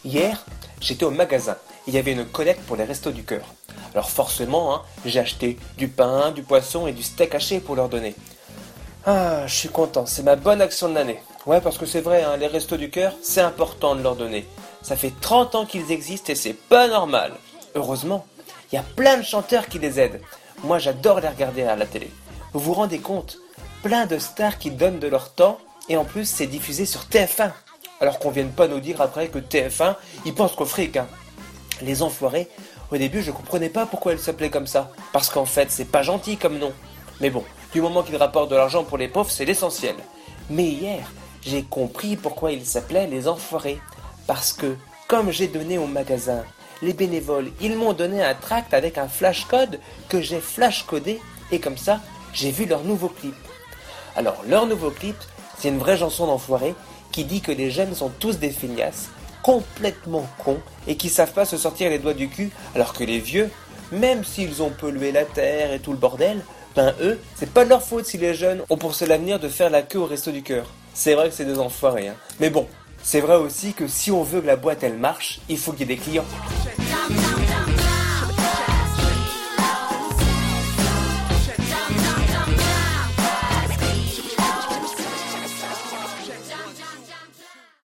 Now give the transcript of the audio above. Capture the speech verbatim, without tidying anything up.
Hier, j'étais au magasin. Il y avait une collecte pour les Restos du Cœur. Alors forcément, hein, j'ai acheté du pain, du poisson et du steak haché pour leur donner. Ah, je suis content, c'est ma bonne action de l'année. Ouais, parce que c'est vrai, hein, les Restos du Cœur, c'est important de leur donner. Ça fait trente ans qu'ils existent et c'est pas normal. Heureusement, il y a plein de chanteurs qui les aident. Moi, j'adore les regarder à la télé. Vous vous rendez compte? Plein de stars qui donnent de leur temps et en plus, c'est diffusé sur T F un. Alors qu'on vienne pas nous dire après que T F un, ils pensent qu'au fric, hein. Les enfoirés, au début, je comprenais pas pourquoi ils s'appelaient comme ça. Parce qu'en fait, c'est pas gentil comme nom. Mais bon, du moment qu'ils rapportent de l'argent pour les pauvres, c'est l'essentiel. Mais hier, j'ai compris pourquoi ils s'appelaient les enfoirés. Parce que, comme j'ai donné au magasin, les bénévoles, ils m'ont donné un tract avec un flash code que j'ai flash codé et comme ça, j'ai vu leur nouveau clip. Alors, leur nouveau clip, c'est une vraie chanson d'enfoiré qui dit que les jeunes sont tous des feignasses, complètement cons et qui savent pas se sortir les doigts du cul, alors que les vieux, même s'ils ont pollué la terre et tout le bordel, ben eux, c'est pas de leur faute si les jeunes ont pour seul avenir de faire la queue au Resto du Cœur. C'est vrai que c'est des enfoirés, hein. Mais bon, c'est vrai aussi que si on veut que la boîte elle marche, il faut qu'il y ait des clients.